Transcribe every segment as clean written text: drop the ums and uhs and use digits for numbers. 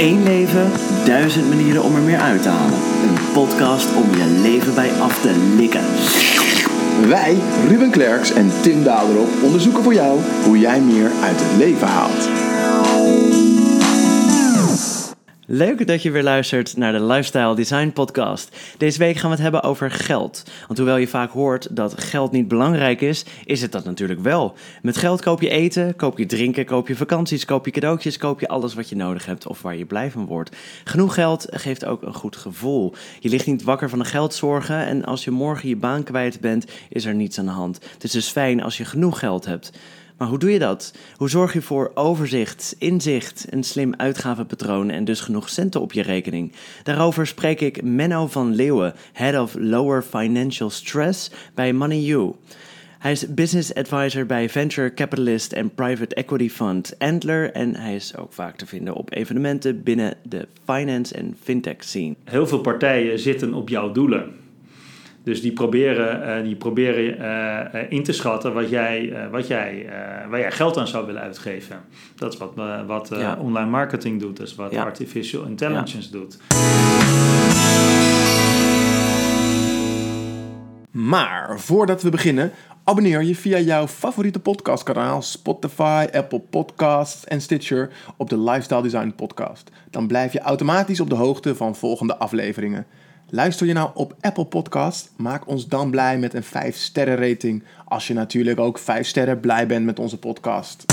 1 leven, 1000 manieren om er meer uit te halen. Een podcast om je leven bij af te likken. Wij, Ruben Klerks en Tim Daderop, onderzoeken voor jou hoe jij meer uit het leven haalt. Leuk dat je weer luistert naar de Lifestyle Design Podcast. Deze week gaan we het hebben over geld. Want hoewel je vaak hoort dat geld niet belangrijk is, is het dat natuurlijk wel. Met geld koop je eten, koop je drinken, koop je vakanties, koop je cadeautjes, koop je alles wat je nodig hebt of waar je blij van wordt. Genoeg geld geeft ook een goed gevoel. Je ligt niet wakker van de geldzorgen en als je morgen je baan kwijt bent, is er niets aan de hand. Het is dus fijn als je genoeg geld hebt. Maar hoe doe je dat? Hoe zorg je voor overzicht, inzicht, een slim uitgavenpatroon en dus genoeg centen op je rekening? Daarover spreek ik Menno van Leeuwen, Head of Lower Financial Stress bij MoneyU. Hij is business advisor bij venture capitalist en private equity fund Antler en hij is ook vaak te vinden op evenementen binnen de finance en fintech scene. Heel veel partijen zitten op jouw doelen. Dus die proberen in te schatten waar jij geld aan zou willen uitgeven. Dat is wat online marketing doet. Dat is wat artificial intelligence doet. Maar voordat we beginnen, abonneer je via jouw favoriete podcastkanaal Spotify, Apple Podcasts en Stitcher op de Lifestyle Design Podcast. Dan blijf je automatisch op de hoogte van volgende afleveringen. Luister je nou op Apple Podcast? Maak ons dan blij met een 5-sterren rating. Als je natuurlijk ook 5 sterren blij bent met onze podcast.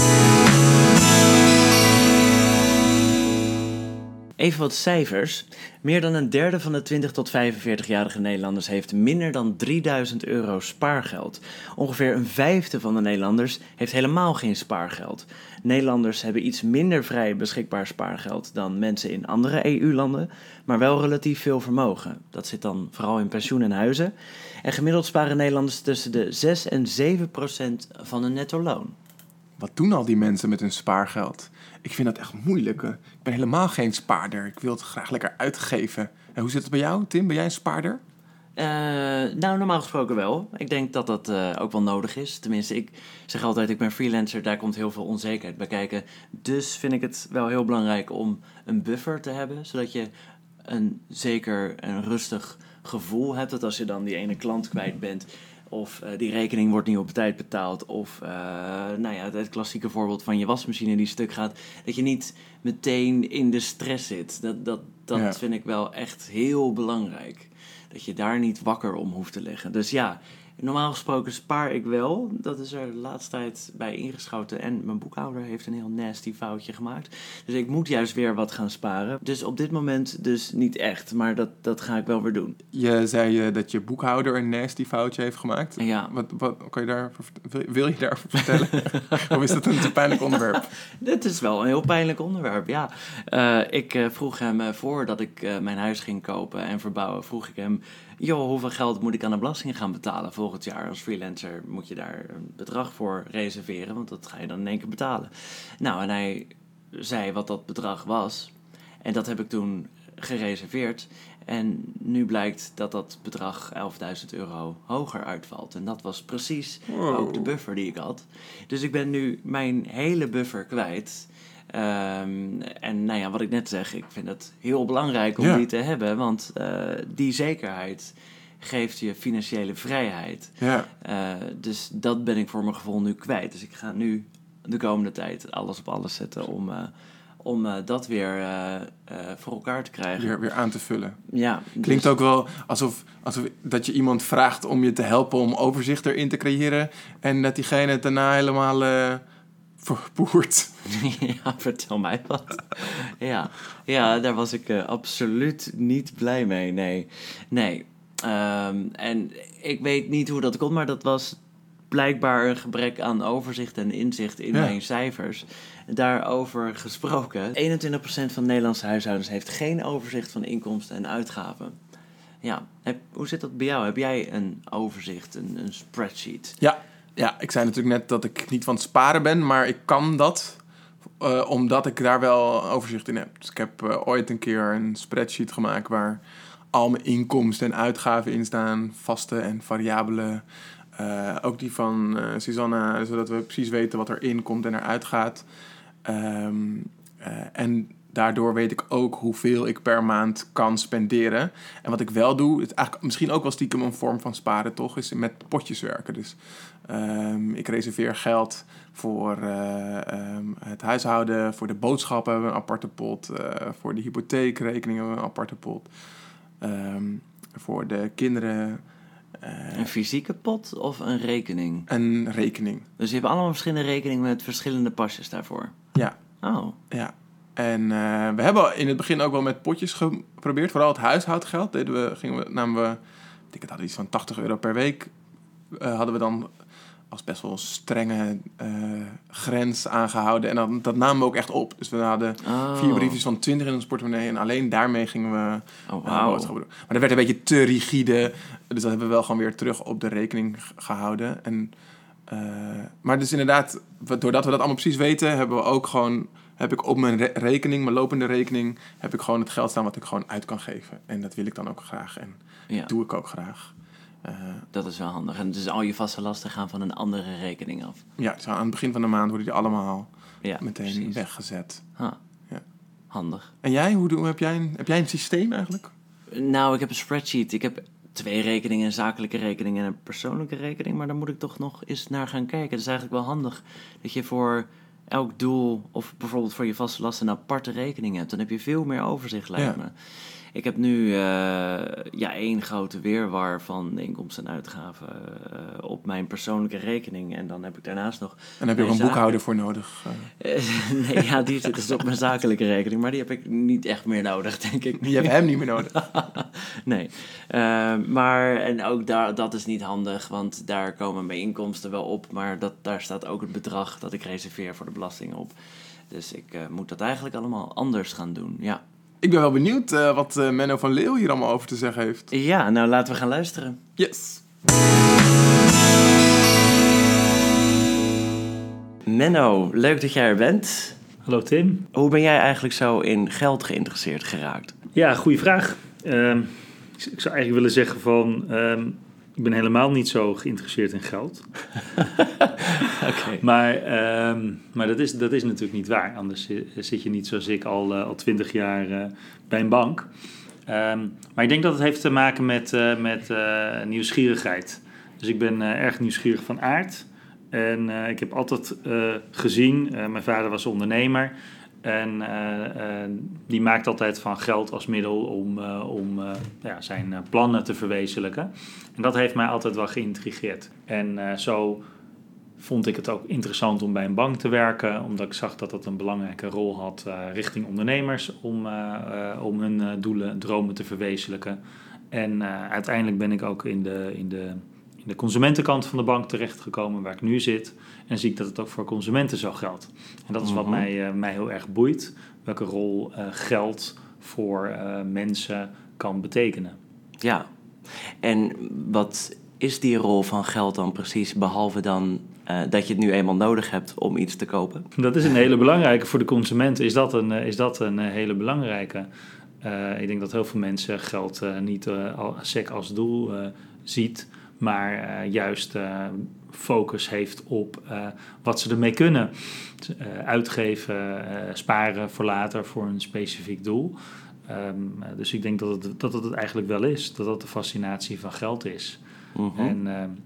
Even wat cijfers. Meer dan een derde van de 20 tot 45-jarige Nederlanders heeft minder dan €3000 spaargeld. Ongeveer een vijfde van de Nederlanders heeft helemaal geen spaargeld. Nederlanders hebben iets minder vrij beschikbaar spaargeld dan mensen in andere EU-landen, maar wel relatief veel vermogen. Dat zit dan vooral in pensioen en huizen. En gemiddeld sparen Nederlanders tussen de 6 en 7% van hun netto loon. Wat doen al die mensen met hun spaargeld? Ik vind dat echt moeilijk. Ik ben helemaal geen spaarder. Ik wil het graag lekker uitgeven. En hoe zit het bij jou, Tim? Ben jij een spaarder? Nou, normaal gesproken wel. Ik denk dat dat ook wel nodig is. Tenminste, ik zeg altijd, ik ben freelancer, daar komt heel veel onzekerheid bij kijken. Dus vind ik het wel heel belangrijk om een buffer te hebben, zodat je een rustig gevoel hebt. Dat als je dan die ene klant kwijt bent, of die rekening wordt niet op tijd betaald, of het klassieke voorbeeld van je wasmachine die stuk gaat, dat je niet meteen in de stress zit. Dat vind ik wel echt heel belangrijk. Dat je daar niet wakker om hoeft te liggen. Dus ja, normaal gesproken spaar ik wel. Dat is er de laatste tijd bij ingeschoten. En mijn boekhouder heeft een heel nasty foutje gemaakt. Dus ik moet juist weer wat gaan sparen. Dus op dit moment dus niet echt. Maar dat ga ik wel weer doen. Je zei dat je boekhouder een nasty foutje heeft gemaakt. Ja. Wat kan je wil je daarover vertellen? Of is dat een te pijnlijk onderwerp? Dit is wel een heel pijnlijk onderwerp, ja. Ik vroeg hem voordat ik mijn huis ging kopen en verbouwen, vroeg ik hem, joh, hoeveel geld moet ik aan de belasting gaan betalen volgend jaar? Als freelancer moet je daar een bedrag voor reserveren, want dat ga je dan in één keer betalen. Nou, en hij zei wat dat bedrag was. En dat heb ik toen gereserveerd. En nu blijkt dat dat bedrag €11.000 hoger uitvalt. En dat was precies ook de buffer die ik had. Dus ik ben nu mijn hele buffer kwijt. En nou ja, wat ik net zeg, ik vind het heel belangrijk om die te hebben. Want die zekerheid geeft je financiële vrijheid. Ja. Dus dat ben ik voor mijn gevoel nu kwijt. Dus ik ga nu de komende tijd alles op alles zetten om dat weer voor elkaar te krijgen. Weer aan te vullen. Ja, klinkt ook wel alsof dat je iemand vraagt om je te helpen om overzicht erin te creëren. En dat diegene het daarna helemaal verpoert. Ja, vertel mij wat. Ja, daar was ik absoluut niet blij mee. Nee. En ik weet niet hoe dat komt, maar dat was blijkbaar een gebrek aan overzicht en inzicht in mijn cijfers. Daarover gesproken, 21% van Nederlandse huishoudens heeft geen overzicht van inkomsten en uitgaven. Ja, hoe zit dat bij jou? Heb jij een overzicht, een spreadsheet? Ja, ik zei natuurlijk net dat ik niet van het sparen ben, maar ik kan dat omdat ik daar wel overzicht in heb. Dus ik heb ooit een keer een spreadsheet gemaakt waar al mijn inkomsten en uitgaven in staan, vaste en variabele. Ook die van Susanna, zodat we precies weten wat er in komt en eruit gaat. En daardoor weet ik ook hoeveel ik per maand kan spenderen. En wat ik wel doe, is eigenlijk misschien ook wel stiekem een vorm van sparen, toch? Is met potjes werken. Dus ik reserveer geld voor het huishouden, voor de boodschappen hebben we een aparte pot, voor de hypotheekrekening hebben we een aparte pot, voor de kinderen. Een fysieke pot of een rekening? Een rekening. Dus je hebt allemaal verschillende rekeningen met verschillende pasjes daarvoor? Ja. Oh. Ja. En we hebben in het begin ook wel met potjes geprobeerd. Vooral het huishoudgeld namen we, ik denk het had iets van €80 per week. Hadden we dan als best wel strenge grens aangehouden. En dat namen we ook echt op. Dus we hadden 4 briefjes van 20 in ons portemonnee. En alleen daarmee gingen we boodschappen doen. Maar dat werd een beetje te rigide. Dus dat hebben we wel gewoon weer terug op de rekening gehouden. Maar dus inderdaad, doordat we dat allemaal precies weten, hebben we ook gewoon... heb ik op mijn rekening, mijn lopende rekening, heb ik gewoon het geld staan wat ik gewoon uit kan geven. En dat wil ik dan ook graag. En dat doe ik ook graag. Dat is wel handig. En dus al je vaste lasten gaan van een andere rekening af. Ja, dus aan het begin van de maand worden die allemaal meteen precies weggezet. Ja. Handig. En jij, heb jij een systeem eigenlijk? Nou, ik heb een spreadsheet. Ik heb 2 rekeningen, een zakelijke rekening en een persoonlijke rekening. Maar daar moet ik toch nog eens naar gaan kijken. Het is eigenlijk wel handig dat je voor elk doel, of bijvoorbeeld voor je vaste lasten, een aparte rekening hebt. Dan heb je veel meer overzicht, lijkt me. Ik heb nu één grote wirwar van inkomsten en uitgaven op mijn persoonlijke rekening. En dan heb ik daarnaast nog... En heb je ook een boekhouder voor nodig? Nee, die zit dus op mijn zakelijke rekening. Maar die heb ik niet echt meer nodig, denk ik. Je hebt hem niet meer nodig. Nee. Maar en ook dat is niet handig, want daar komen mijn inkomsten wel op. Maar daar staat ook het bedrag dat ik reserveer voor de belasting op. Dus ik moet dat eigenlijk allemaal anders gaan doen, ja. Ik ben wel benieuwd wat Menno van Leeuw hier allemaal over te zeggen heeft. Ja, nou laten we gaan luisteren. Yes. Menno, leuk dat jij er bent. Hallo Tim. Hoe ben jij eigenlijk zo in geld geïnteresseerd geraakt? Ja, goede vraag. Ik zou eigenlijk willen zeggen van... ik ben helemaal niet zo geïnteresseerd in geld. Okay. Maar dat is natuurlijk niet waar. Anders zit je niet zoals ik al 20 jaar bij een bank. Maar ik denk dat het heeft te maken met nieuwsgierigheid. Dus ik ben erg nieuwsgierig van aard. En ik heb altijd gezien, mijn vader was ondernemer... En die maakt altijd van geld als middel om zijn plannen te verwezenlijken. En dat heeft mij altijd wel geïntrigeerd. En zo vond ik het ook interessant om bij een bank te werken, omdat ik zag dat dat een belangrijke rol had richting ondernemers om hun doelen en dromen te verwezenlijken. En uiteindelijk ben ik ook in de consumentenkant van de bank terechtgekomen, waar ik nu zit. En zie ik dat het ook voor consumenten zo geldt. En dat is wat mij heel erg boeit. Welke rol geld voor mensen kan betekenen. Ja, en wat is die rol van geld dan precies, behalve dan dat je het nu eenmaal nodig hebt om iets te kopen? Dat is een hele belangrijke. Voor de consumenten is dat een hele belangrijke. Ik denk dat heel veel mensen geld niet sec als doel ziet, maar juist focus heeft op wat ze ermee kunnen. Uitgeven, sparen voor later voor een specifiek doel. Dus ik denk dat het eigenlijk wel is. Dat de fascinatie van geld is. En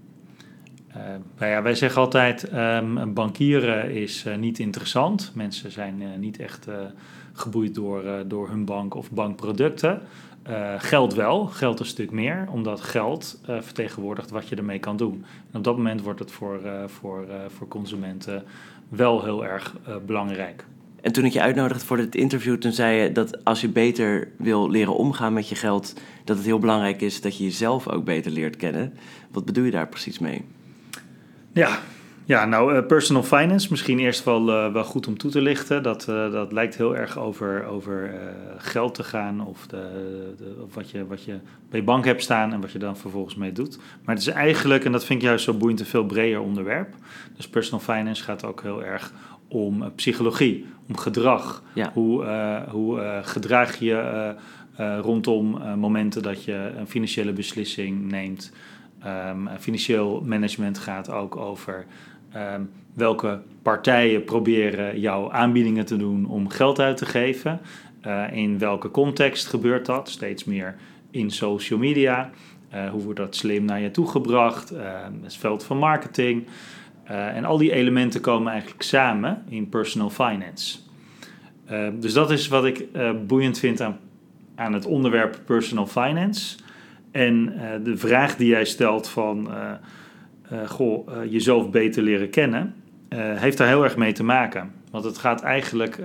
wij zeggen altijd, bankieren is niet interessant. Mensen zijn niet echt geboeid door hun bank of bankproducten. Geld wel, geld een stuk meer, omdat geld vertegenwoordigt wat je ermee kan doen. En op dat moment wordt het voor consumenten wel heel erg belangrijk. En toen ik je uitnodigde voor dit interview, toen zei je dat als je beter wil leren omgaan met je geld, dat het heel belangrijk is dat je jezelf ook beter leert kennen. Wat bedoel je daar precies mee? Ja, nou, personal finance, misschien eerst wel goed om toe te lichten. Dat lijkt heel erg over geld te gaan of wat je bij je bank hebt staan en wat je dan vervolgens mee doet. Maar het is eigenlijk, en dat vind ik juist zo boeiend, een veel breder onderwerp. Dus personal finance gaat ook heel erg om psychologie, om gedrag. Ja. Hoe gedraag je rondom momenten dat je een financiële beslissing neemt. Financieel management gaat ook over welke partijen proberen jouw aanbiedingen te doen om geld uit te geven. In welke context gebeurt dat? Steeds meer in social media. Hoe wordt dat slim naar je toe gebracht? Het veld van marketing. En al die elementen komen eigenlijk samen in personal finance. Dus dat is wat ik boeiend vind aan het onderwerp personal finance. En de vraag die jij stelt van jezelf beter leren kennen, heeft daar heel erg mee te maken. Want het gaat eigenlijk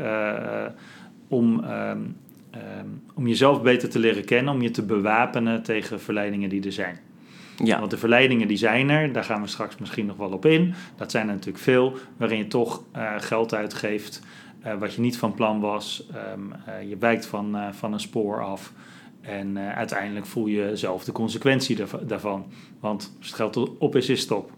om jezelf beter te leren kennen, om je te bewapenen tegen verleidingen die er zijn. Ja. Want de verleidingen die zijn er, daar gaan we straks misschien nog wel op in. Dat zijn er natuurlijk veel, waarin je toch geld uitgeeft wat je niet van plan was. Je wijkt van een spoor af. En uiteindelijk voel je zelf de consequentie daarvan. Want als het geld op is, is het op.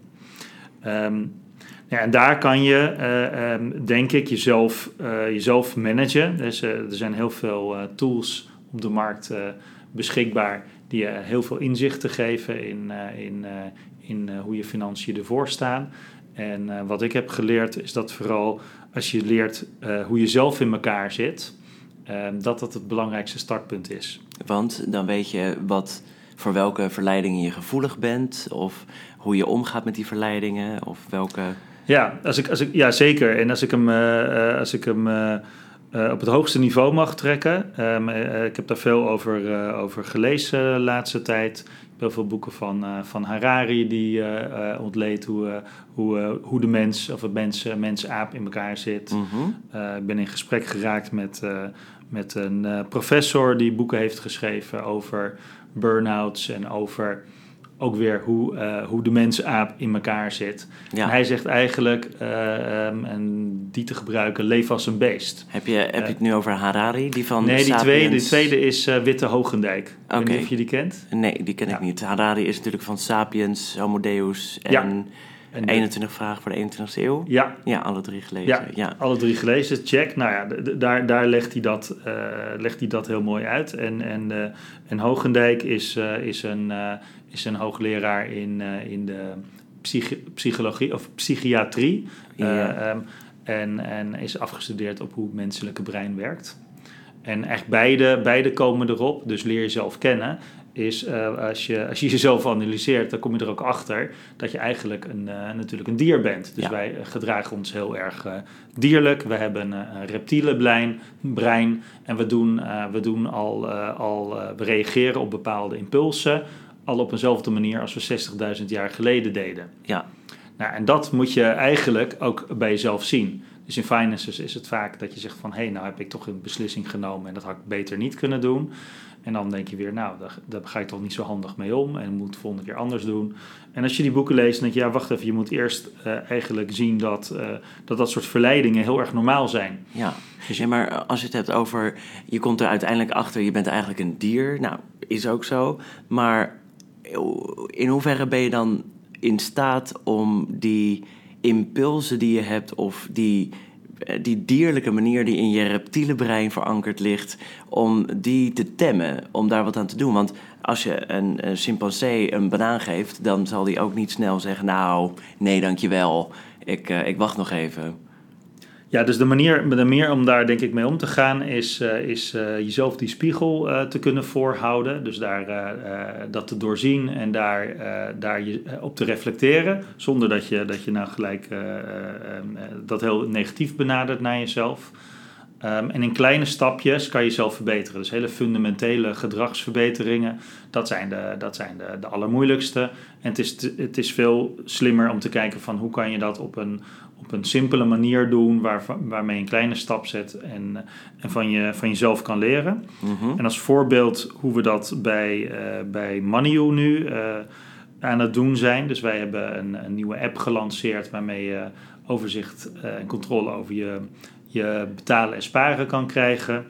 En daar kan je, denk ik, jezelf managen. Dus, er zijn heel veel tools op de markt beschikbaar die je heel veel inzichten geven in hoe je financiën ervoor staan. En wat ik heb geleerd is dat vooral als je leert hoe je zelf in elkaar zit, dat het belangrijkste startpunt is. Want dan weet je voor welke verleidingen je gevoelig bent, of hoe je omgaat met die verleidingen, of welke... Ja, ja, zeker. En als ik hem op het hoogste niveau mag trekken. Ik heb daar veel over gelezen de laatste tijd. Ik heb heel veel boeken van Harari die ontleedt hoe de mens of het mens-aap in elkaar zit. Mm-hmm. Ik ben in gesprek geraakt met een professor die boeken heeft geschreven over burn-outs en over ook weer hoe de mens-aap in elkaar zit. Ja. En hij zegt eigenlijk, en die te gebruiken, leef als een beest. Heb je het nu over Harari? Die van nee, Sapiens? die tweede is Witte Hoogendijk. Ik weet niet of je die kent. Nee, die ken ik niet. Harari is natuurlijk van Sapiens, Homo Deus en 21 vragen voor de 21e eeuw. Ja. Ja, alle 3 gelezen. Ja, alle 3 gelezen. Check. Nou ja, daar legt hij dat heel mooi uit. En Hoogendijk is een hoogleraar in de psychologie of psychiatrie. Ja. En is afgestudeerd op hoe het menselijke brein werkt. En echt beide komen erop. Dus leer jezelf kennen. Is als je jezelf analyseert, dan kom je er ook achter dat je eigenlijk natuurlijk een dier bent. Dus wij gedragen ons heel erg dierlijk. We hebben een reptiele brein en we reageren op bepaalde impulsen al op eenzelfde manier als we 60.000 jaar geleden deden. Ja. Nou, en dat moet je eigenlijk ook bij jezelf zien. Dus in finances is het vaak dat je zegt van, nou heb ik toch een beslissing genomen en dat had ik beter niet kunnen doen. En dan denk je weer, nou, daar ga ik toch niet zo handig mee om en moet de volgende keer anders doen. En als je die boeken leest, dan denk je, ja, wacht even, je moet eerst eigenlijk zien dat soort verleidingen heel erg normaal zijn. Ja, maar als je het hebt over, je komt er uiteindelijk achter, je bent eigenlijk een dier. Nou, is ook zo. Maar in hoeverre ben je dan in staat om die impulsen die je hebt of die dierlijke manier die in je reptiele brein verankerd ligt, om die te temmen, om daar wat aan te doen? Want als je een chimpansee een banaan geeft, dan zal die ook niet snel zeggen, nou, nee, dankjewel, ik wacht nog even. Ja, dus de manier om daar denk ik mee om te gaan is jezelf die spiegel te kunnen voorhouden. Dus dat te doorzien en daar je op te reflecteren. Zonder dat je nou gelijk dat heel negatief benadert naar jezelf. En in kleine stapjes kan je jezelf verbeteren. Dus hele fundamentele gedragsverbeteringen, dat zijn de allermoeilijkste. En het is veel slimmer om te kijken van hoe kan je dat op een simpele manier doen, waarmee je een kleine stap zet en van jezelf kan leren. Mm-hmm. En als voorbeeld hoe we dat bij MoneyU nu aan het doen zijn. Dus wij hebben een nieuwe app gelanceerd waarmee je overzicht en controle over je betalen en sparen kan krijgen.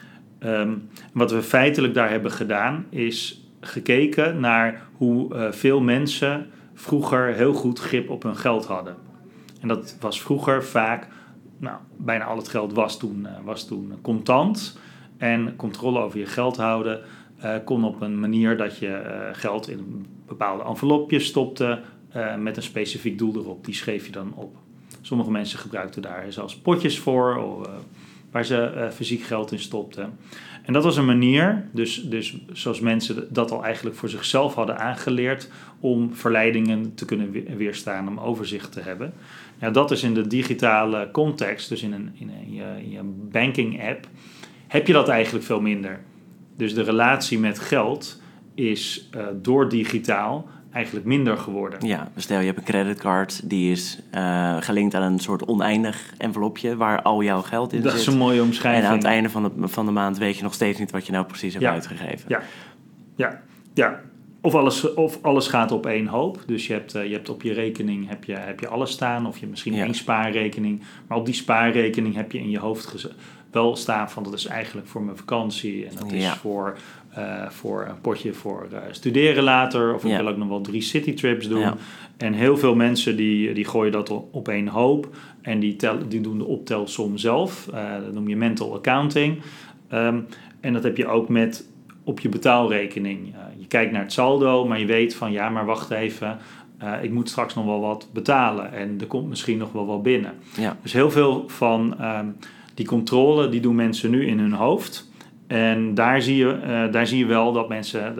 Wat we feitelijk daar hebben gedaan is gekeken naar hoe veel mensen vroeger heel goed grip op hun geld hadden. En dat was vroeger vaak, bijna al het geld was toen contant. En controle over je geld houden kon op een manier dat je geld in bepaalde envelopjes stopte met een specifiek doel erop. Die schreef je dan op. Sommige mensen gebruikten daar zelfs potjes voor, waar ze fysiek geld in stopten. En dat was een manier, dus zoals mensen dat al eigenlijk voor zichzelf hadden aangeleerd, om verleidingen te kunnen weerstaan, om overzicht te hebben. Ja, dat is in de digitale context, dus in je banking app, heb je dat eigenlijk veel minder. Dus de relatie met geld is door digitaal eigenlijk minder geworden. Ja, stel je hebt een creditcard die is gelinkt aan een soort oneindig envelopje waar al jouw geld in zit. Dat is een mooie omschrijving. En aan het einde van de maand weet je nog steeds niet wat je nou precies hebt uitgegeven. Ja. Of alles gaat op één hoop. Dus je hebt op je rekening heb je alles staan. Of je misschien één spaarrekening. Maar op die spaarrekening heb je in je hoofd wel staan van dat is eigenlijk voor mijn vakantie. En dat is voor een potje voor studeren later. Of ik wil ook nog wel 3 citytrips doen. Ja. En heel veel mensen die gooien dat op één hoop. En die doen de optelsom zelf. Dat noem je mental accounting. En dat heb je ook op je betaalrekening. Je kijkt naar het saldo, maar je weet van maar wacht even. Ik moet straks nog wel wat betalen. En er komt misschien nog wel wat binnen. Ja. Dus heel veel van die controle, die doen mensen nu in hun hoofd. En daar zie je wel dat mensen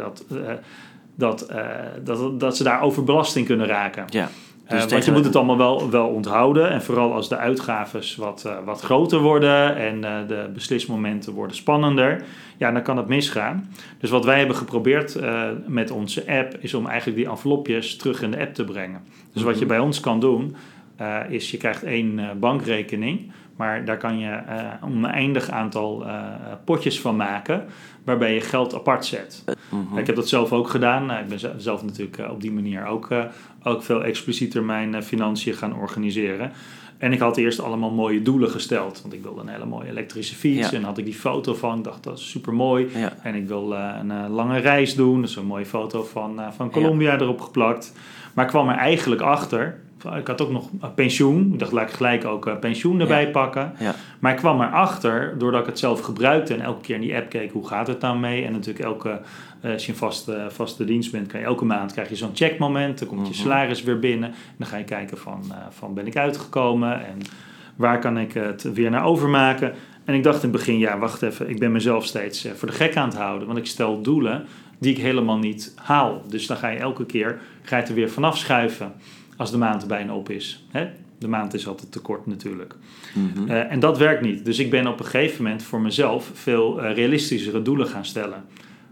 dat ze daar overbelasting kunnen raken. Ja. Dus want je moet het allemaal wel onthouden. En vooral als de uitgaves wat groter worden en de beslismomenten worden spannender, dan kan het misgaan. Dus wat wij hebben geprobeerd met onze app is om eigenlijk die envelopjes terug in de app te brengen. Dus wat je bij ons kan doen, is je krijgt 1 bankrekening, maar daar kan je een oneindig aantal potjes van maken, waarbij je geld apart zet. Ik heb dat zelf ook gedaan. Ik ben zelf natuurlijk op die manier ook veel explicieter mijn financiën gaan organiseren. En ik had eerst allemaal mooie doelen gesteld. Want ik wilde een hele mooie elektrische fiets. En had ik die foto van. Ik dacht, dat is super mooi. Ja. En ik wil een lange reis doen. Dus een mooie foto van Colombia erop geplakt. Maar ik kwam er eigenlijk achter. Ik had ook nog pensioen. Ik dacht, laat ik gelijk ook pensioen erbij pakken. Ja. Maar ik kwam erachter, doordat ik het zelf gebruikte en elke keer in die app keek, hoe gaat het nou mee? En natuurlijk als je een vaste dienst bent, kan je elke maand krijg je zo'n checkmoment. Dan komt je salaris weer binnen. En dan ga je kijken van ben ik uitgekomen? En waar kan ik het weer naar overmaken? En ik dacht in het begin, wacht even, ik ben mezelf steeds voor de gek aan het houden. Want ik stel doelen die ik helemaal niet haal. Dus dan ga je elke keer er weer vanaf schuiven. Als de maand er bijna op is. Hè? De maand is altijd te kort natuurlijk. En dat werkt niet. Dus ik ben op een gegeven moment voor mezelf veel realistischere doelen gaan stellen.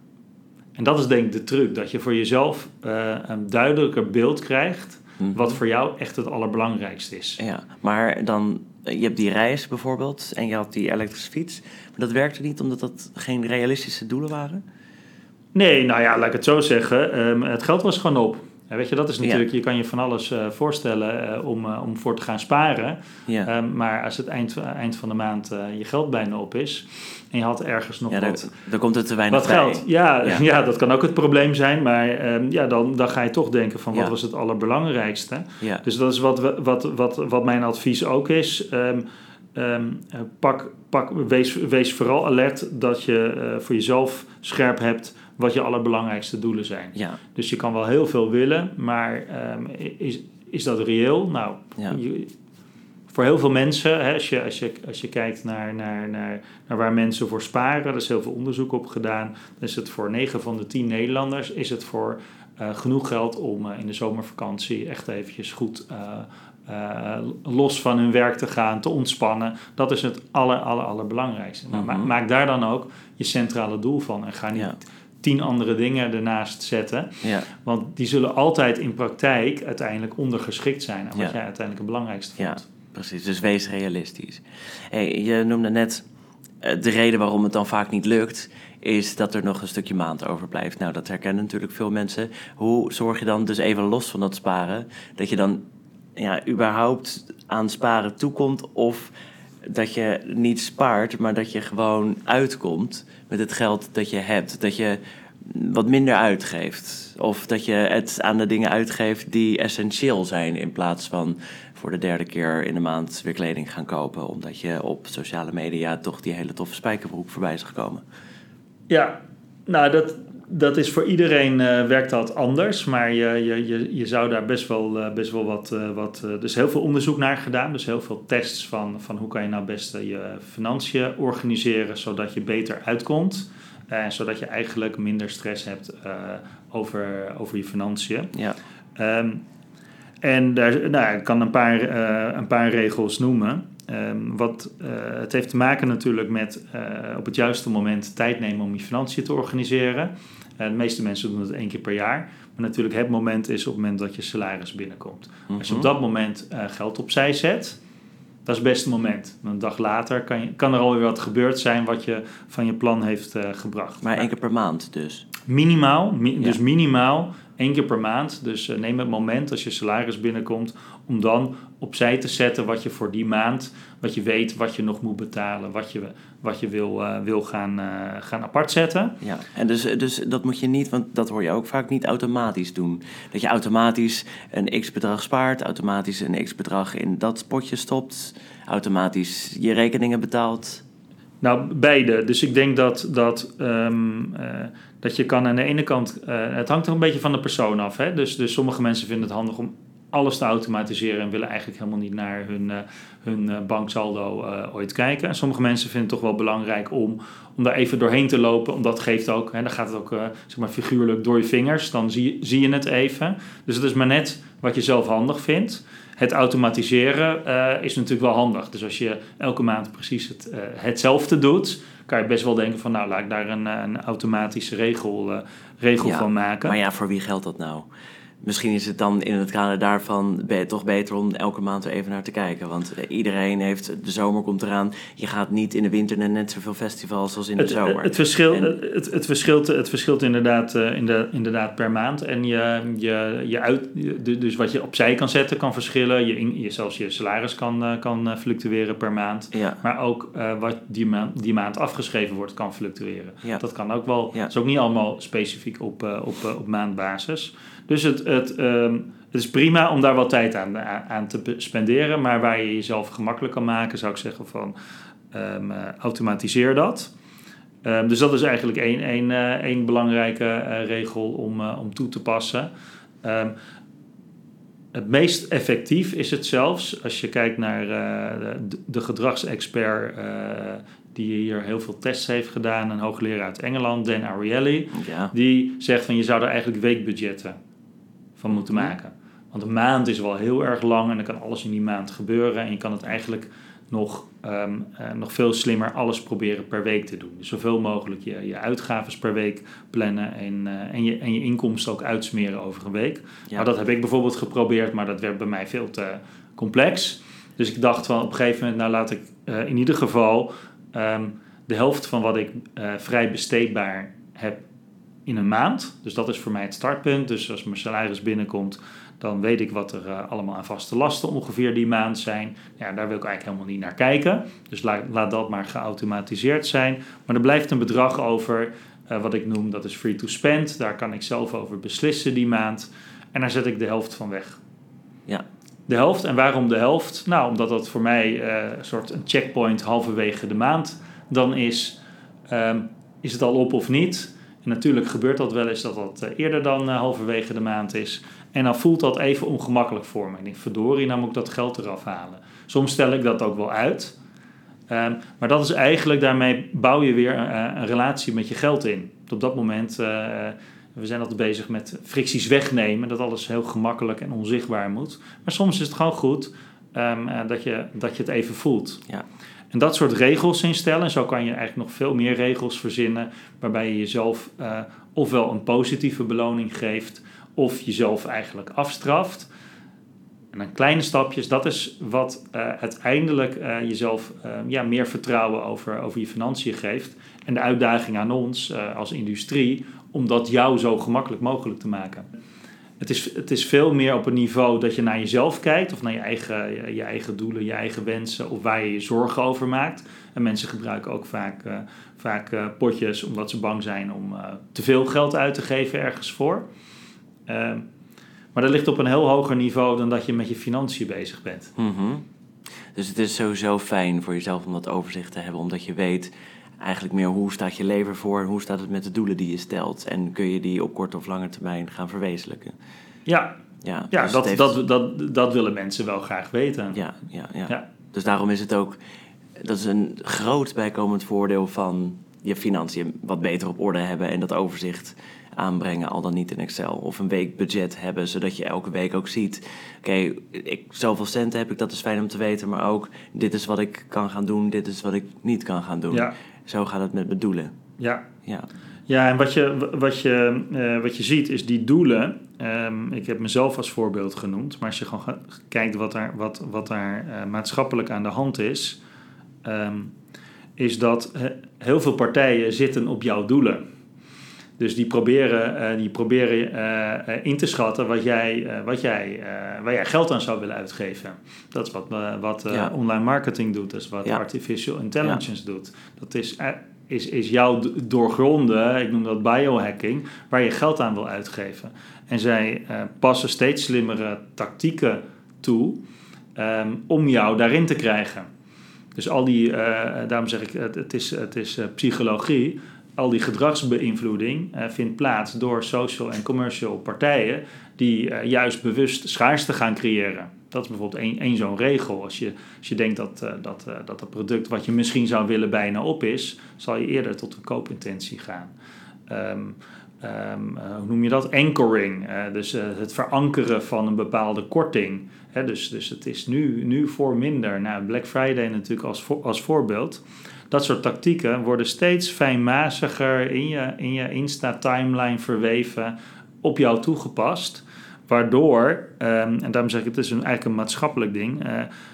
En dat is denk ik de truc. Dat je voor jezelf een duidelijker beeld krijgt. Wat voor jou echt het allerbelangrijkste is. Ja, maar dan, je hebt die reis bijvoorbeeld. En je had die elektrische fiets. Maar dat werkte niet omdat dat geen realistische doelen waren? Nee, laat ik het zo zeggen. Het geld was gewoon op. Ja, weet je, dat is natuurlijk, je kan je van alles voorstellen om voor te gaan sparen. Ja. Maar als het eind van de maand je geld bijna op is en je had ergens nog dan komt er te weinig wat geld. Ja, dat kan ook het probleem zijn. Maar dan ga je toch denken van wat was het allerbelangrijkste. Ja. Dus dat is wat mijn advies ook is. Wees vooral alert dat je voor jezelf scherp hebt wat je allerbelangrijkste doelen zijn. Ja. Dus je kan wel heel veel willen, maar is dat reëel? Nou, voor heel veel mensen, hè, als je kijkt naar waar mensen voor sparen, er is heel veel onderzoek op gedaan, dan is het voor 9 van de 10 Nederlanders is het voor genoeg geld om in de zomervakantie echt eventjes goed los van hun werk te gaan, te ontspannen. Dat is het allerbelangrijkste. Nou, maak daar dan ook je centrale doel van en ga niet 10 andere dingen ernaast zetten. Ja. Want die zullen altijd in praktijk uiteindelijk ondergeschikt zijn aan wat jij uiteindelijk het belangrijkste vond. Ja, precies. Dus wees realistisch. Hey, je noemde net de reden waarom het dan vaak niet lukt, is dat er nog een stukje maand overblijft. Nou, dat herkennen natuurlijk veel mensen. Hoe zorg je dan dus even los van dat sparen, dat je dan überhaupt aan sparen toekomt, of dat je niet spaart, maar dat je gewoon uitkomt met het geld dat je hebt. Dat je wat minder uitgeeft. Of dat je het aan de dingen uitgeeft die essentieel zijn, in plaats van voor de 3e keer in de maand weer kleding gaan kopen, omdat je op sociale media toch die hele toffe spijkerbroek voorbij is gekomen. Ja, nou dat is voor iedereen werkt dat anders, maar je zou daar best wel wat... Er is heel veel onderzoek naar gedaan, dus heel veel tests van hoe kan je nou best je financiën organiseren, zodat je beter uitkomt. Zodat je eigenlijk minder stress hebt over je financiën. Ja. En ik kan een paar regels noemen. Het heeft te maken natuurlijk met op het juiste moment tijd nemen om je financiën te organiseren. De meeste mensen doen het 1 keer per jaar. Maar natuurlijk het moment is op het moment dat je salaris binnenkomt. Mm-hmm. Als je op dat moment geld opzij zet, dat is het beste moment. Een dag later kan er alweer wat gebeurd zijn wat je van je plan heeft gebracht. Maar 1 keer per maand dus? Minimaal, dus minimaal 1 keer per maand. Dus neem het moment als je salaris binnenkomt om dan opzij te zetten wat je voor die maand, wat je weet, wat je nog moet betalen, wat je wil gaan apart zetten. Ja, en dus dat moet je niet, want dat hoor je ook vaak, niet automatisch doen. Dat je automatisch een x-bedrag spaart, automatisch een x-bedrag in dat potje stopt, automatisch je rekeningen betaalt. Nou, beide. Dus ik denk dat je kan aan de ene kant... het hangt er een beetje van de persoon af. Hè? Dus sommige mensen vinden het handig om alles te automatiseren en willen eigenlijk helemaal niet naar hun banksaldo ooit kijken. En sommige mensen vinden het toch wel belangrijk om daar even doorheen te lopen. Omdat geeft ook, dan gaat het ook zeg maar figuurlijk door je vingers. Dan zie je het even. Dus het is maar net wat je zelf handig vindt. Het automatiseren is natuurlijk wel handig. Dus als je elke maand precies hetzelfde doet, kan je best wel denken van laat ik daar een automatische regel van maken. Maar ja, voor wie geldt dat nou? Misschien is het dan in het kader daarvan toch beter om elke maand er even naar te kijken. Want iedereen heeft, de zomer komt eraan. Je gaat niet in de winter naar net zoveel festivals als in de zomer. Het verschilt inderdaad per maand. En dus wat je opzij kan zetten kan verschillen. Zelfs je salaris kan fluctueren per maand. Ja. Maar ook wat die maand afgeschreven wordt kan fluctueren. Ja. Dat kan ook wel. Het is ook niet allemaal specifiek op maandbasis. Dus het is prima om daar wat tijd aan te spenderen. Maar waar je jezelf gemakkelijk kan maken, zou ik zeggen van automatiseer dat. Dus dat is eigenlijk één belangrijke regel om toe te passen. Het meest effectief is het zelfs, als je kijkt naar de gedragsexpert die hier heel veel tests heeft gedaan, een hoogleraar uit Engeland, Dan Ariely, die zegt van je zou er eigenlijk weekbudgetten van moeten maken. Want een maand is wel heel erg lang en dan kan alles in die maand gebeuren en je kan het eigenlijk nog veel slimmer alles proberen per week te doen. Dus zoveel mogelijk je uitgaven per week plannen en je inkomsten ook uitsmeren over een week. Ja. Nou, dat heb ik bijvoorbeeld geprobeerd, maar dat werd bij mij veel te complex. Dus ik dacht van op een gegeven moment, laat ik in ieder geval de helft van wat ik vrij besteedbaar heb in een maand. Dus dat is voor mij het startpunt. Dus als mijn salaris binnenkomt, dan weet ik wat er allemaal aan vaste lasten ongeveer die maand zijn. Ja, daar wil ik eigenlijk helemaal niet naar kijken. Dus laat dat maar geautomatiseerd zijn. Maar er blijft een bedrag over, wat ik noem, dat is free to spend. Daar kan ik zelf over beslissen die maand. En daar zet ik de helft van weg. Ja. De helft. En waarom de helft? Nou, omdat dat voor mij een soort een checkpoint halverwege de maand dan is het al op of niet? En natuurlijk gebeurt dat wel eens dat eerder dan halverwege de maand is. En dan voelt dat even ongemakkelijk voor me. Ik denk, verdorie, nou moet ik dat geld eraf halen. Soms stel ik dat ook wel uit. Maar dat is eigenlijk, daarmee bouw je weer een relatie met je geld in. Op dat moment, we zijn altijd bezig met fricties wegnemen. Dat alles heel gemakkelijk en onzichtbaar moet. Maar soms is het gewoon goed dat je het even voelt. Ja. En dat soort regels instellen. En zo kan je eigenlijk nog veel meer regels verzinnen. Waarbij je jezelf ofwel een positieve beloning geeft. Of jezelf eigenlijk afstraft. En dan kleine stapjes. Dat is wat uiteindelijk jezelf meer vertrouwen over je financiën geeft. En de uitdaging aan ons als industrie. Om dat jou zo gemakkelijk mogelijk te maken. Het is veel meer op een niveau dat je naar jezelf kijkt. Of naar je eigen doelen, je eigen wensen. Of waar je je zorgen over maakt. En mensen gebruiken ook vaak potjes omdat ze bang zijn om te veel geld uit te geven ergens voor. Maar dat ligt op een heel hoger niveau dan dat je met je financiën bezig bent. Mm-hmm. Dus het is sowieso fijn voor jezelf om dat overzicht te hebben. Omdat je weet, eigenlijk meer hoe staat je leven voor en hoe staat het met de doelen die je stelt. En kun je die op korte of lange termijn gaan verwezenlijken. Ja, Dus dat willen mensen wel graag weten. Ja. Dus daarom is het ook, dat is een groot bijkomend voordeel van je financiën wat beter op orde hebben en dat overzicht aanbrengen, al dan niet in Excel. Of een weekbudget hebben, zodat je elke week ook ziet, oké, zoveel centen heb ik, dat is fijn om te weten, maar ook, dit is wat ik kan gaan doen, dit is wat ik niet kan gaan doen. Ja. Zo gaat het met mijn doelen. Ja, en wat je ziet is die doelen. Ik heb mezelf als voorbeeld genoemd. Maar als je gewoon kijkt wat daar maatschappelijk aan de hand is. Is dat heel veel partijen zitten op jouw doelen. Dus die proberen in te schatten waar jij geld aan zou willen uitgeven. Dat is wat online marketing doet. Dat is wat artificial intelligence doet. Dat is jouw doorgronden, ik noem dat biohacking, waar je geld aan wil uitgeven. En zij passen steeds slimmere tactieken toe om jou daarin te krijgen. Dus al die, daarom zeg ik, het is psychologie. Al die gedragsbeïnvloeding vindt plaats door social en commercial partijen die juist bewust schaarste gaan creëren. Dat is bijvoorbeeld één zo'n regel. Als je denkt dat het product wat je misschien zou willen bijna op is, zal je eerder tot een koopintentie gaan. Hoe noem je dat? Anchoring. Dus het verankeren van een bepaalde korting. Dus het is nu voor minder. Nou, Black Friday natuurlijk als voorbeeld. Dat soort tactieken worden steeds fijnmaziger in je Insta-timeline verweven, op jou toegepast. Waardoor, en daarom zeg ik, het is eigenlijk een maatschappelijk ding,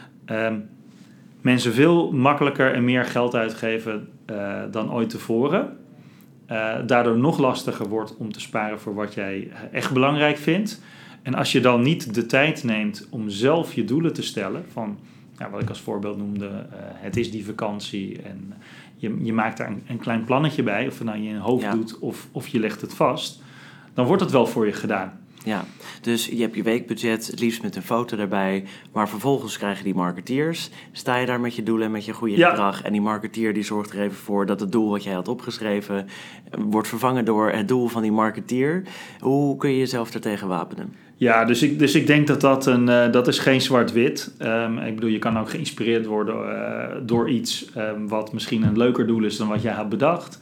mensen veel makkelijker en meer geld uitgeven dan ooit tevoren. Daardoor nog lastiger wordt om te sparen voor wat jij echt belangrijk vindt. En als je dan niet de tijd neemt om zelf je doelen te stellen, van wat ik als voorbeeld noemde, het is die vakantie en je maakt daar een klein plannetje bij, of het nou je in je hoofd doet of je legt het vast, dan wordt het wel voor je gedaan. Ja, dus je hebt je weekbudget, het liefst met een foto erbij, maar vervolgens krijgen die marketeers, sta je daar met je doelen en met je goede gedrag en die marketeer die zorgt er even voor dat het doel wat jij had opgeschreven wordt vervangen door het doel van die marketeer. Hoe kun je jezelf daartegen wapenen? Ja, dus ik denk dat is geen zwart-wit. Ik bedoel, je kan ook geïnspireerd worden door iets wat misschien een leuker doel is dan wat jij had bedacht.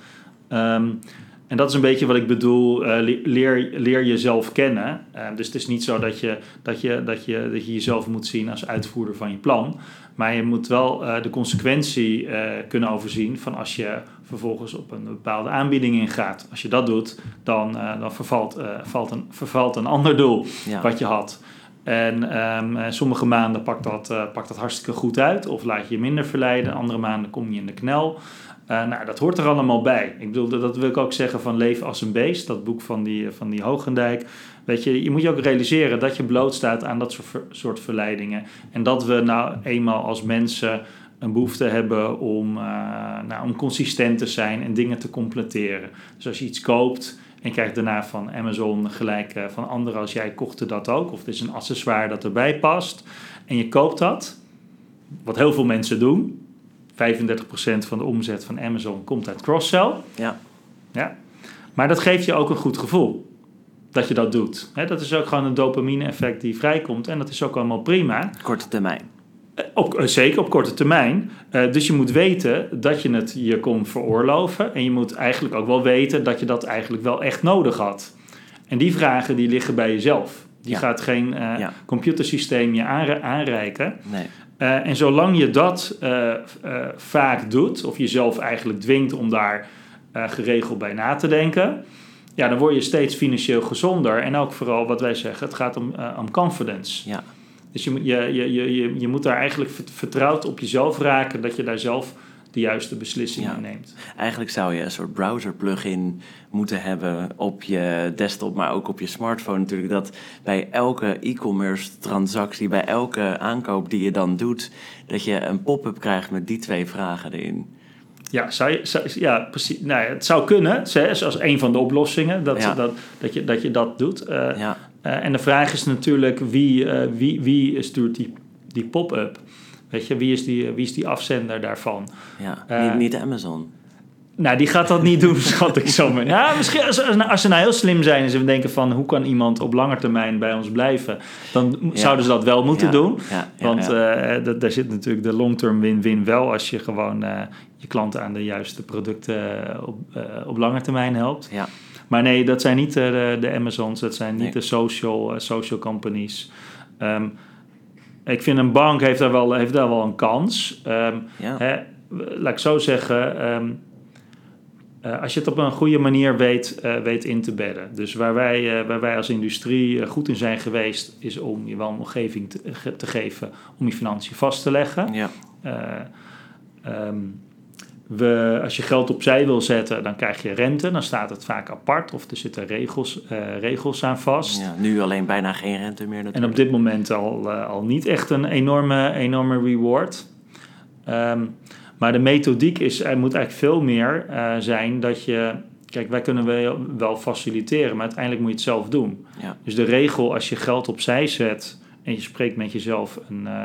En dat is een beetje wat ik bedoel, leer jezelf kennen. Dus het is niet zo dat je jezelf moet zien als uitvoerder van je plan. Maar je moet wel de consequentie kunnen overzien van als je vervolgens op een bepaalde aanbieding ingaat. Als je dat doet, dan vervalt een ander doel wat je had. En sommige maanden pakt dat hartstikke goed uit of laat je je minder verleiden. Andere maanden kom je in de knel. Dat hoort er allemaal bij. Ik bedoel, dat wil ik ook zeggen van Leef als een beest, dat boek van die Hoogendijk. Weet je moet je ook realiseren dat je blootstaat aan dat soort verleidingen. En dat we nou eenmaal als mensen een behoefte hebben om consistent te zijn en dingen te completeren. Dus als je iets koopt en je krijgt daarna van Amazon gelijk van anderen als jij kocht dat ook. Of het is een accessoire dat erbij past. En je koopt dat, wat heel veel mensen doen. 35% van de omzet van Amazon komt uit cross-sell. Ja. Maar dat geeft je ook een goed gevoel dat je dat doet. Dat is ook gewoon een dopamine-effect die vrijkomt. En dat is ook allemaal prima. Korte termijn. Zeker op korte termijn. Dus je moet weten dat je het je kon veroorloven. En je moet eigenlijk ook wel weten dat je dat eigenlijk wel echt nodig had. En die vragen die liggen bij jezelf. Die gaat geen computersysteem je aanreiken. Nee. En zolang je dat vaak doet, of jezelf eigenlijk dwingt om daar geregeld bij na te denken, dan word je steeds financieel gezonder. En ook vooral wat wij zeggen, het gaat om confidence. Ja. Dus je moet daar eigenlijk vertrouwd op jezelf raken, dat je daar zelf de juiste beslissingen neemt. Eigenlijk zou je een soort browser plugin moeten hebben op je desktop, maar ook op je smartphone natuurlijk, dat bij elke e-commerce transactie, bij elke aankoop die je dan doet, dat je een pop-up krijgt met die 2 vragen erin. Ja, precies. Nou ja, het zou kunnen, als een van de oplossingen, dat je dat doet. En de vraag is natuurlijk, wie stuurt die pop-up? Weet je, wie is die afzender daarvan? Ja, niet Amazon. Nou, die gaat dat niet doen, schat ik zo maar. Ja, misschien als ze nou heel slim zijn en ze denken van... hoe kan iemand op lange termijn bij ons blijven... dan zouden ze dat wel moeten doen. Want daar zit natuurlijk de long-term win-win wel... als je gewoon je klanten aan de juiste producten op lange termijn helpt. Ja. Maar nee, dat zijn niet de Amazons, dat zijn niet de social companies. Ik vind een bank heeft daar wel een kans. Laat ik zo zeggen... als je het op een goede manier weet in te bedden. Dus waar wij als industrie goed in zijn geweest... is om je wel een omgeving te geven om je financiën vast te leggen. Ja. Als je geld opzij wil zetten, dan krijg je rente. Dan staat het vaak apart of er zitten regels aan vast. Ja, nu alleen bijna geen rente meer natuurlijk. En op dit moment al niet echt een enorme reward. Maar de methodiek moet eigenlijk veel meer zijn dat je... Kijk, wij kunnen wel faciliteren, maar uiteindelijk moet je het zelf doen. Ja. Dus de regel, als je geld opzij zet en je spreekt met jezelf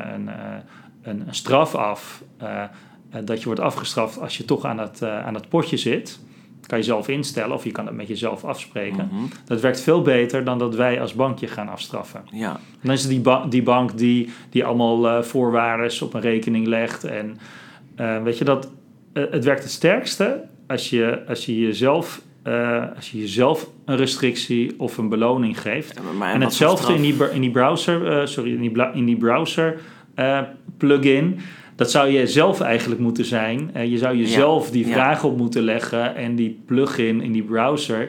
een straf af... dat je wordt afgestraft als je toch aan het potje zit... kan je zelf instellen of je kan het met jezelf afspreken. Mm-hmm. Dat werkt veel beter dan dat wij als bankje gaan afstraffen. Ja. Dan is het die bank die allemaal voorwaarden op een rekening legt... en weet je dat het werkt het sterkste als je jezelf een restrictie of een beloning geeft. Ja, en hetzelfde in die browser plugin. Dat zou je zelf eigenlijk moeten zijn. Je zou jezelf die vragen op moeten leggen en die plugin in die browser.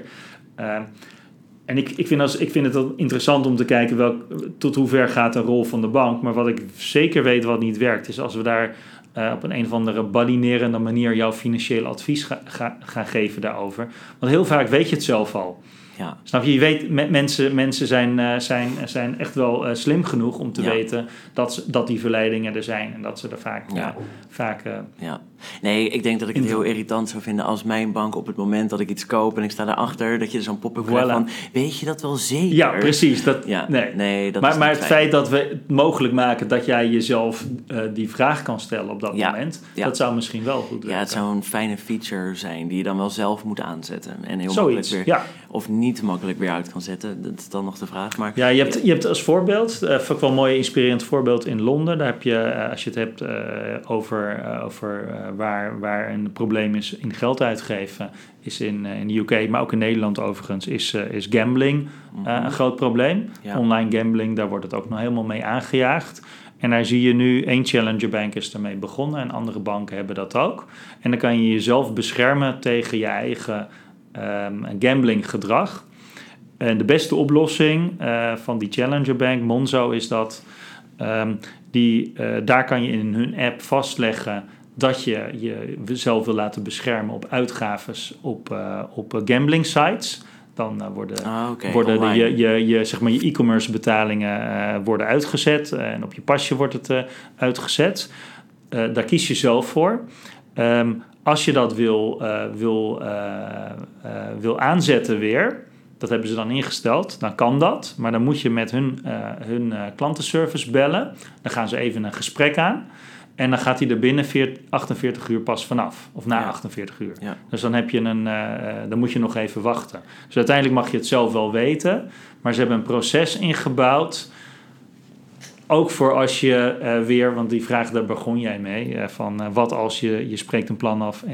En ik vind het wel interessant om te kijken tot hoe ver gaat de rol van de bank. Maar wat ik zeker weet wat niet werkt, is als we daar op een of andere badinerende manier jouw financieel advies gaan geven daarover. Want heel vaak weet je het zelf al. Ja. Snap je? Je weet, mensen zijn echt wel slim genoeg om te weten dat die verleidingen er zijn. En dat ze er vaak Nee, ik denk dat ik het heel irritant zou vinden als mijn bank op het moment dat ik iets koop en ik sta daarachter, dat je er zo'n pop-up krijgt van, weet je dat wel zeker? Ja, precies. Maar het feit dat we het mogelijk maken dat jij jezelf die vraag kan stellen op dat moment, dat zou misschien wel goed werken. Ja, het zou een fijne feature zijn die je dan wel zelf moet aanzetten. En heel makkelijk weer, of niet makkelijk weer uit kan zetten. Dat is dan nog de vraag. Maar ja, je hebt als voorbeeld, vind ik wel een mooi inspirerend voorbeeld in Londen. Daar heb je, als je het hebt over waar een probleem is in geld uitgeven, is in de UK, maar ook in Nederland overigens, is gambling een groot probleem. Ja. Online gambling, daar wordt het ook nog helemaal mee aangejaagd. En daar zie je nu, 1 Challenger Bank is ermee begonnen en andere banken hebben dat ook. En dan kan je jezelf beschermen tegen je eigen gambling gedrag. En de beste oplossing van die Challenger Bank, Monzo, is dat daar kan je in hun app vastleggen dat je jezelf wil laten beschermen op uitgaves op gambling sites. Dan worden je e-commerce betalingen worden uitgezet en op je pasje wordt het uitgezet. Daar kies je zelf voor. Als je dat wil aanzetten weer, dat hebben ze dan ingesteld, dan kan dat. Maar dan moet je met hun klantenservice bellen. Dan gaan ze even een gesprek aan. En dan gaat hij er binnen 48 uur pas vanaf. Of na 48 uur. Ja. Dus dan dan moet je nog even wachten. Dus uiteindelijk mag je het zelf wel weten. Maar ze hebben een proces ingebouwd. Ook voor als je weer, want die vraag daar begon jij mee. Van wat als je spreekt een plan af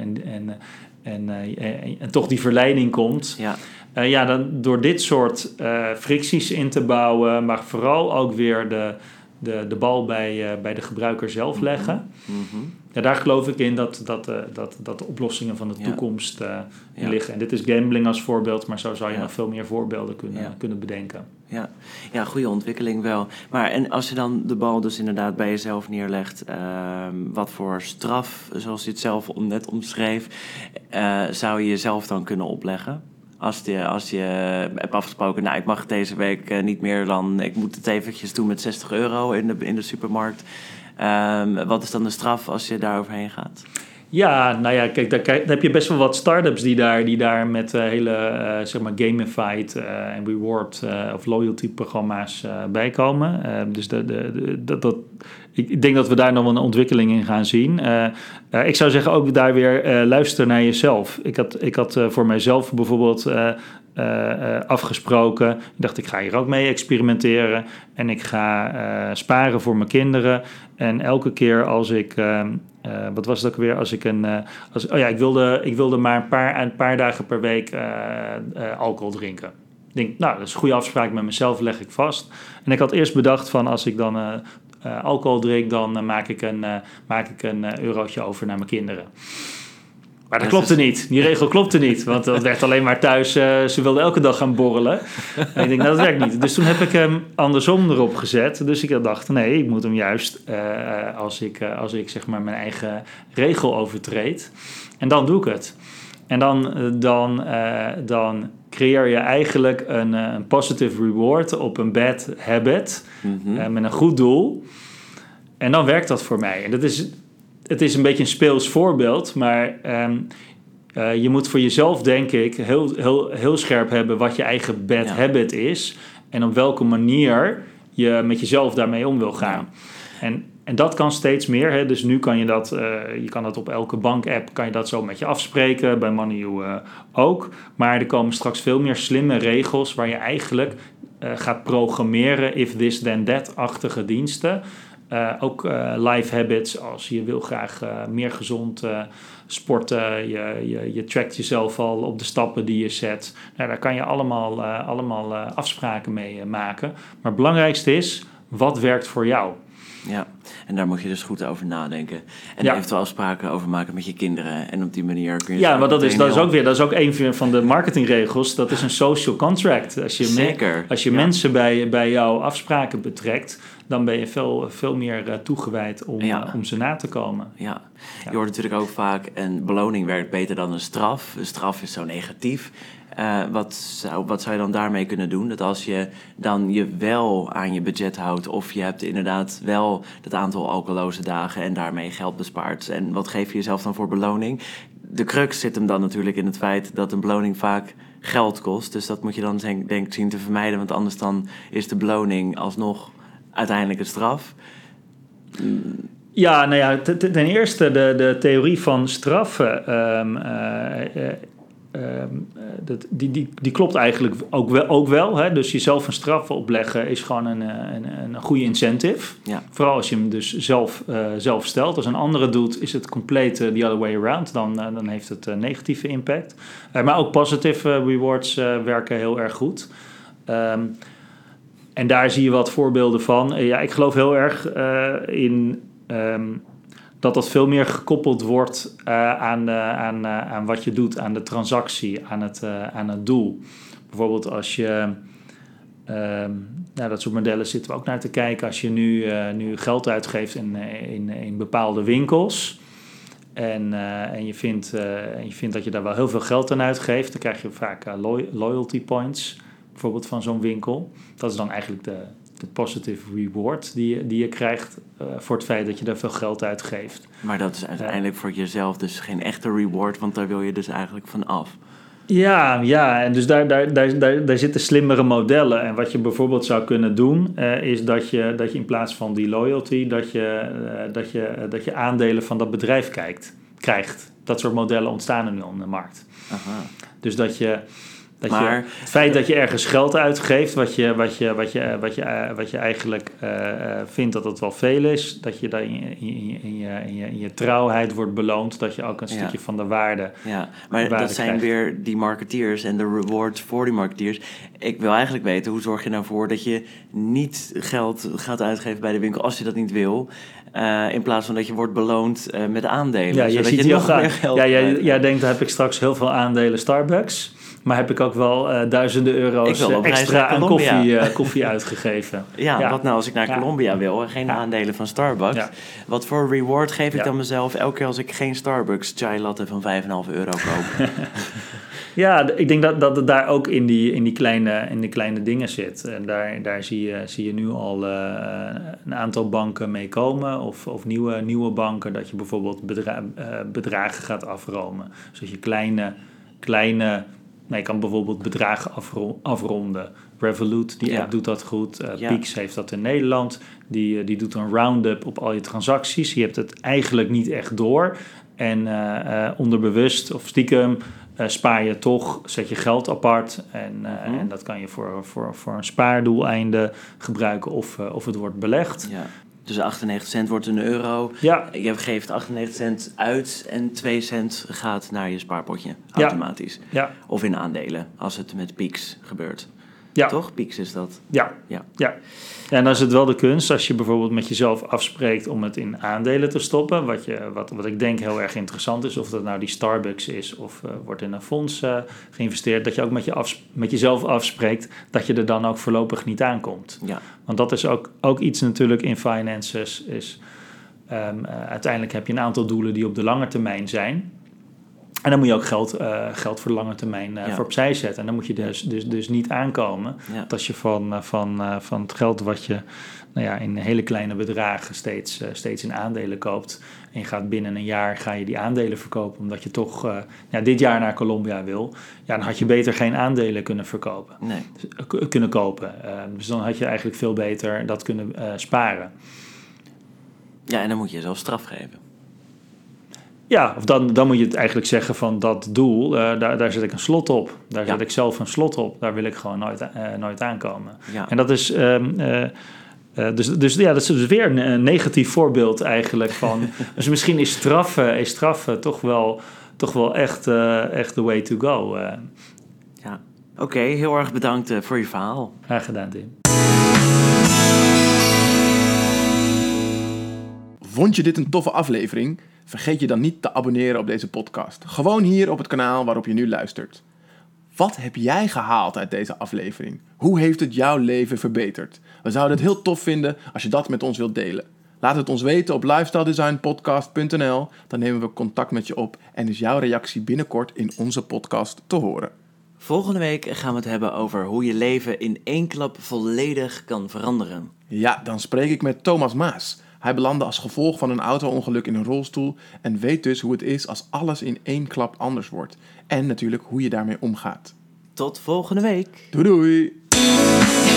en toch die verleiding komt. Ja. Dan door dit soort fricties in te bouwen. Maar vooral ook weer de bal bij de gebruiker zelf leggen. Mm-hmm. Ja, daar geloof ik in dat de oplossingen van de toekomst liggen. En dit is gambling als voorbeeld, maar zo zou je nog veel meer voorbeelden kunnen bedenken. Ja, goede ontwikkeling wel. Maar en als je dan de bal dus inderdaad bij jezelf neerlegt, wat voor straf, zoals je het zelf net omschreef, zou je jezelf dan kunnen opleggen? Als je hebt afgesproken, nou, ik mag deze week niet meer dan, ik moet het eventjes doen met €60 in de supermarkt. Wat is dan de straf als je daar overheen gaat? Ja, nou ja, kijk, daar heb je best wel wat start-ups die daar met hele, zeg maar, gamified en reward of loyalty programma's bij komen. Dus ik denk dat we daar nog wel een ontwikkeling in gaan zien. Ik zou zeggen ook daar weer luister naar jezelf. Ik had voor mijzelf bijvoorbeeld afgesproken. Ik dacht, ik ga hier ook mee experimenteren. En ik ga sparen voor mijn kinderen. En elke keer als ik... wat was het ook weer? Als ik ik wilde maar een paar dagen per week alcohol drinken. Ik denk, nou, dat is een goede afspraak met mezelf, leg ik vast. En ik had eerst bedacht van als ik dan alcohol drink, dan maak ik een eurotje over naar mijn kinderen. Maar dat klopte niet. Die regel klopte niet. Want dat werd alleen maar thuis. Ze wilden elke dag gaan borrelen. En ik denk, nou, dat werkt niet. Dus toen heb ik hem andersom erop gezet. Dus ik dacht, nee, ik moet hem juist als ik zeg maar mijn eigen regel overtreed. En dan doe ik het. En dan creëer je eigenlijk een positive reward op een bad habit. Mm-hmm. Met een goed doel. En dan werkt dat voor mij. En het is een beetje een speels voorbeeld, maar je moet voor jezelf, denk ik, heel scherp hebben wat je eigen bad habit is en op welke manier je met jezelf daarmee om wil gaan. Ja. En dat kan steeds meer. Hè? Dus nu kan je dat op elke bank-app kan je dat zo met je afspreken, bij MoneyU ook. Maar er komen straks veel meer slimme regels waar je eigenlijk gaat programmeren if this then that-achtige diensten. Ook life habits, als je wil graag meer gezond sporten, je trackt jezelf al op de stappen die je zet. Nou, daar kan je allemaal afspraken mee maken. Maar het belangrijkste is, wat werkt voor jou? Ja, en daar moet je dus goed over nadenken. En eventueel afspraken over maken met je kinderen. En op die manier kun je... Ja, maar dat is ook een van de marketingregels. Dat is een social contract. Als je mensen bij jouw afspraken betrekt, dan ben je veel meer toegewijd om ze na te komen. Ja, je hoort natuurlijk ook vaak, een beloning werkt beter dan een straf. Een straf is zo negatief. Wat zou je dan daarmee kunnen doen? Dat als je dan je wel aan je budget houdt, of je hebt inderdaad wel dat aantal alcoholloze dagen en daarmee geld bespaart. En wat geef je jezelf dan voor beloning? De crux zit hem dan natuurlijk in het feit dat een beloning vaak geld kost. Dus dat moet je dan denk ik zien te vermijden, want anders dan is de beloning alsnog uiteindelijk een straf. Ja, nou ja, ten eerste de theorie van straffen. Die klopt eigenlijk ook wel. Hè? Dus jezelf een straf opleggen is gewoon een goede incentive. Ja. Vooral als je hem dus zelf stelt. Als een andere doet, is het compleet the other way around. Dan heeft het negatieve impact. Maar ook positive rewards werken heel erg goed. En daar zie je wat voorbeelden van. Ik geloof heel erg in... dat veel meer gekoppeld wordt aan wat je doet, aan de transactie, aan het doel. Bijvoorbeeld als je... dat soort modellen zitten we ook naar te kijken. Als je nu geld uitgeeft in bepaalde winkels... En je vindt dat je daar wel heel veel geld aan uitgeeft... dan krijg je vaak loyalty points, bijvoorbeeld van zo'n winkel. Dat is dan eigenlijk de positive reward die je krijgt voor het feit dat je daar veel geld uitgeeft. Maar dat is uiteindelijk voor jezelf dus geen echte reward, want daar wil je dus eigenlijk van af. Ja, en dus daar zitten slimmere modellen. En wat je bijvoorbeeld zou kunnen doen, is dat je in plaats van die loyalty, dat je aandelen van dat bedrijf krijgt. Dat soort modellen ontstaan er nu op de markt. Aha. Dus het feit dat je ergens geld uitgeeft, wat je eigenlijk vindt dat het wel veel is, dat je daar in je trouwheid wordt beloond, dat je ook een stukje van de waarde. Ja, maar dat zijn weer die marketeers en de rewards voor die marketeers. Ik wil eigenlijk weten, hoe zorg je nou voor dat je niet geld gaat uitgeven bij de winkel als je dat niet wil? In plaats van dat je wordt beloond met aandelen. Ja, je ziet je nog meer geld. Jij denkt, dan heb ik straks heel veel aandelen Starbucks. Maar heb ik ook wel duizenden euro's extra aan koffie uitgegeven. Ja, wat nou als ik naar Colombia wil en geen aandelen van Starbucks? Ja. Wat voor reward geef ik dan mezelf elke keer als ik geen Starbucks chai latte van €5,5 koop? Ja, ik denk dat het daar ook in die kleine dingen zit. En daar zie je nu al een aantal banken mee komen. Of nieuwe banken, dat je bijvoorbeeld bedragen gaat afromen. Dus dat je je kan bijvoorbeeld bedragen afronden. Revolut, die app doet dat goed. Pix heeft dat in Nederland. Die doet een round-up op al je transacties. Je hebt het eigenlijk niet echt door. En onderbewust of stiekem spaar je toch, zet je geld apart. En dat kan je voor een spaardoeleinde gebruiken of het wordt belegd. Ja. Dus 98 cent wordt een euro. Ja. Je geeft 98 cent uit en 2 cent gaat naar je spaarpotje. Automatisch. Ja. Of in aandelen, als het met Pix gebeurt. Ja. Toch? Pix is dat. Ja. En dan is het wel de kunst als je bijvoorbeeld met jezelf afspreekt om het in aandelen te stoppen. Wat ik denk heel erg interessant is, of dat nou die Starbucks is of wordt in een fonds geïnvesteerd. Dat je ook met jezelf afspreekt dat je er dan ook voorlopig niet aankomt. Ja. Want dat is ook iets natuurlijk in finances. Uiteindelijk heb je een aantal doelen die op de lange termijn zijn. En dan moet je ook geld voor de lange termijn voor opzij zetten. En dan moet je dus niet aankomen. Ja. Dat als je van het geld wat je in hele kleine bedragen steeds in aandelen koopt. En je gaat binnen een jaar die aandelen verkopen. Omdat je toch dit jaar naar Colombia wil. Ja, dan had je beter geen aandelen kunnen verkopen. Nee. Kunnen kopen. Dus dan had je eigenlijk veel beter dat kunnen sparen. Ja, en dan moet je jezelf straf geven. Ja, of dan moet je het eigenlijk zeggen van dat doel, daar zet ik een slot op. Daar zet ik zelf een slot op. Daar wil ik gewoon nooit aankomen. Ja. En dat is... Dus dat is dus weer een negatief voorbeeld eigenlijk van... Dus misschien is straffen toch wel echt the way to go. Ja, oké, heel erg bedankt voor je verhaal. Graag gedaan, Tim. Vond je dit een toffe aflevering? Vergeet je dan niet te abonneren op deze podcast. Gewoon hier op het kanaal waarop je nu luistert. Wat heb jij gehaald uit deze aflevering? Hoe heeft het jouw leven verbeterd? We zouden het heel tof vinden als je dat met ons wilt delen. Laat het ons weten op lifestyledesignpodcast.nl. Dan nemen we contact met je op en is jouw reactie binnenkort in onze podcast te horen. Volgende week gaan we het hebben over hoe je leven in één klap volledig kan veranderen. Ja, dan spreek ik met Thomas Maas. Hij belandde als gevolg van een auto-ongeluk in een rolstoel en weet dus hoe het is als alles in één klap anders wordt. En natuurlijk hoe je daarmee omgaat. Tot volgende week. Doei doei!